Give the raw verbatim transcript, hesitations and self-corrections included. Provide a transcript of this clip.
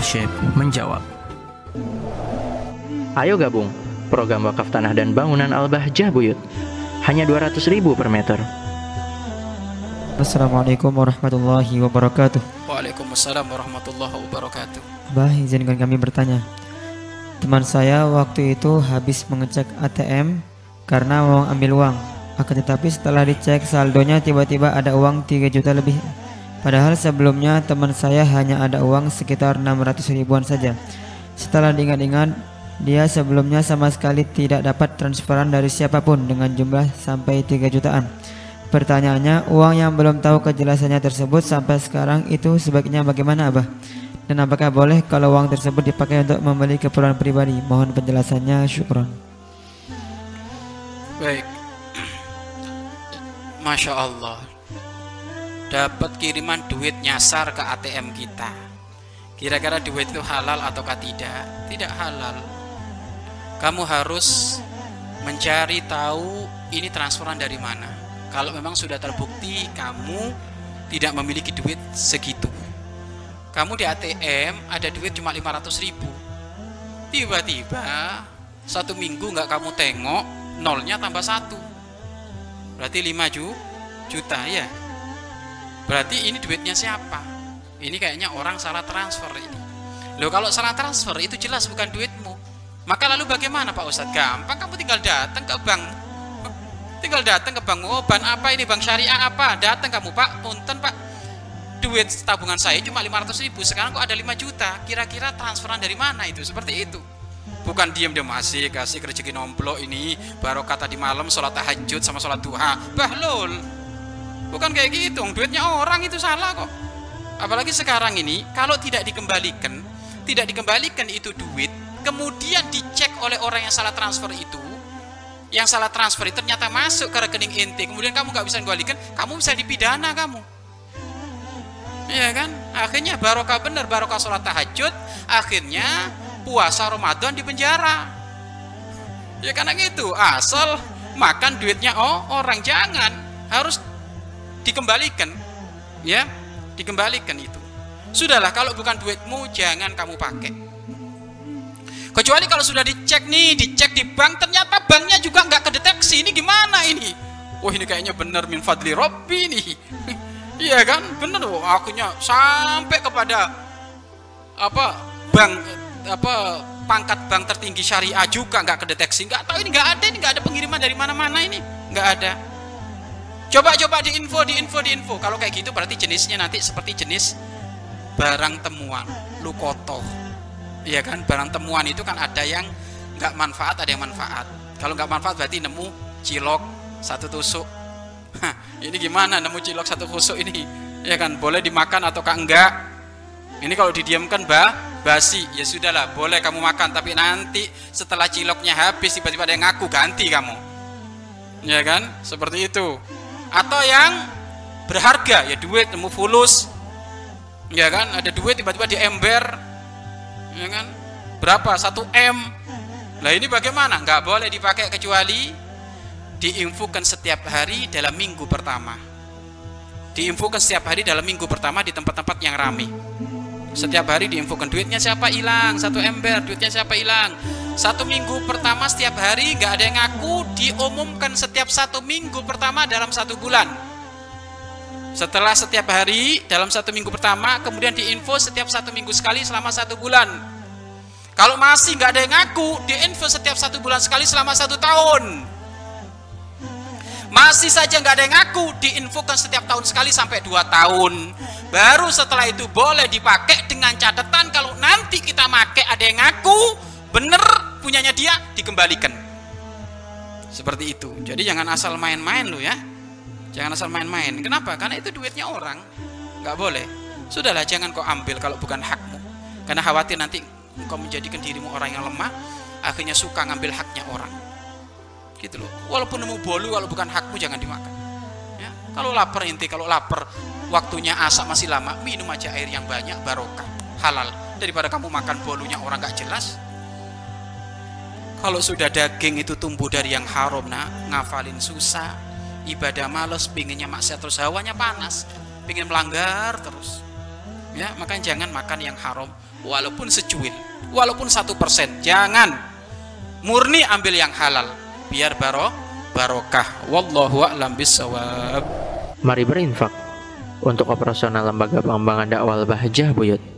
Syekh menjawab. Ayo gabung program wakaf tanah dan bangunan Al-Bahjah Buyut. Hanya dua ratus ribu per meter. Assalamualaikum warahmatullahi wabarakatuh. Waalaikumsalam warahmatullahi wabarakatuh. Bah, izinkan kami bertanya. Teman saya waktu itu habis mengecek A T M karena mau ambil uang. Akan tetapi setelah dicek saldonya tiba-tiba ada uang tiga juta lebih. Padahal sebelumnya teman saya hanya ada uang sekitar enam ratus ribuan saja. Setelah diingat-ingat, dia sebelumnya sama sekali tidak dapat transferan dari siapapun dengan jumlah sampai tiga jutaan. Pertanyaannya, uang yang belum tahu kejelasannya tersebut sampai sekarang itu sebaiknya bagaimana, Abah? Dan apakah boleh kalau uang tersebut dipakai untuk membeli keperluan pribadi? Mohon penjelasannya, syukron. Baik. Masya Allah, dapat kiriman duit nyasar ke A T M kita. Kira-kira duit itu halal ataukah tidak? Tidak halal. Kamu harus mencari tahu ini transferan dari mana. Kalau memang sudah terbukti kamu tidak memiliki duit segitu. Kamu di A T M ada duit cuma lima ratus ribu. Tiba-tiba satu minggu nggak kamu tengok, nolnya tambah satu. Berarti lima juta ya. Berarti ini duitnya siapa? Ini kayaknya orang salah transfer ini. Loh, kalau salah transfer itu jelas bukan duitmu. Maka lalu bagaimana Pak Ustadz? Gampang, kamu tinggal datang ke bank. Tinggal datang ke bank. Oh, bank apa ini? Bank syariah apa? Datang kamu, Pak. Punten, Pak. Duit tabungan saya cuma lima ratus ribu. Sekarang kok ada lima juta. Kira-kira transferan dari mana itu? Seperti itu. Bukan diam-diam asik, asik rezeki nomplok ini. Barokah tadi malam sholat tahajud sama sholat duha. Bahlul. Bukan kayak gitu. Duitnya orang itu salah kok. Apalagi sekarang ini, kalau tidak dikembalikan, tidak dikembalikan itu duit, kemudian dicek oleh orang yang salah transfer itu, yang salah transfer itu ternyata masuk ke rekening ente, kemudian kamu nggak bisa kembalikan, kamu bisa dipidana kamu. Iya kan? Akhirnya barokah bener, barokah sholat tahajud, akhirnya puasa Ramadan di penjara. Ya karena gitu, asal makan duitnya oh orang, jangan, harus dikembalikan, ya, dikembalikan itu. Sudahlah, kalau bukan duitmu jangan kamu pakai. Kecuali kalau sudah dicek nih, dicek di bank, ternyata banknya juga nggak kedeteksi. Ini gimana ini? Wah, ini kayaknya bener min fadli Rabbi nih. Iya kan? Bener. Wah, akhirnya sampai kepada apa bank apa pangkat bank tertinggi syariah juga nggak kedeteksi. Nggak tahu ini, nggak ada ini, nggak ada pengiriman dari mana-mana ini, nggak ada. Coba-coba di info, di info, di info. Kalau kayak gitu berarti jenisnya nanti seperti jenis barang temuan, lukotoh. Iya kan, barang temuan itu kan ada yang nggak manfaat, ada yang manfaat. Kalau nggak manfaat berarti nemu cilok satu tusuk. Hah, ini gimana nemu cilok satu tusuk ini? Ya kan, boleh dimakan ataukah enggak? Ini kalau didiamkan bah, basi, ya sudahlah, boleh kamu makan. Tapi nanti setelah ciloknya habis tiba-tiba ada yang ngaku, ganti kamu. Ya kan, seperti itu. Atau yang berharga, ya duit nemu fulus. Ya kan, ada duit tiba-tiba di ember. Ya kan, berapa? satu M. Lah ini bagaimana? Nggak boleh dipakai kecuali diinfokan setiap hari dalam minggu pertama. Diinfokan setiap hari dalam minggu pertama di tempat-tempat yang ramai. Setiap hari diinfokan duitnya siapa hilang, satu ember, duitnya siapa hilang. Satu minggu pertama setiap hari nggak ada yang ngaku, diumumkan setiap satu minggu pertama dalam satu bulan. Setelah setiap hari dalam satu minggu pertama, kemudian diinfo setiap satu minggu sekali selama satu bulan. Kalau masih nggak ada yang ngaku, diinfo setiap satu bulan sekali selama satu tahun. Masih saja nggak ada yang ngaku, diinfokan setiap tahun sekali sampai dua tahun. Baru setelah itu boleh dipakai dengan catatan kalau nanti kita pakai ada yang ngaku, bener punyanya dia, dikembalikan. Seperti itu. Jadi jangan asal main-main lo ya. Jangan asal main-main. Kenapa? Karena itu duitnya orang. Nggak boleh. Sudahlah, jangan kau ambil kalau bukan hakmu. Karena khawatir nanti kau menjadikan dirimu orang yang lemah, akhirnya suka ngambil haknya orang. Gitu loh. Walaupun nemu bolu, kalau bukan hakmu jangan dimakan. Ya. Kalau lapar inti, kalau lapar waktunya asak masih lama, minum aja air yang banyak, barokah, halal. Daripada kamu makan bolunya orang nggak jelas. Kalau sudah daging itu tumbuh dari yang haram, nah ngafalin susah. Ibadah males, pinginnya maksiat terus, hawanya panas, pingin melanggar terus. Ya, makanya jangan makan yang haram. walaupun secuil, walaupun satu persen, jangan, murni ambil yang halal biar baro barokah. Wallahu a'lam bishawab. Mari berinfak untuk operasional lembaga pengembangan dakwah Al-Bahjah Buyut.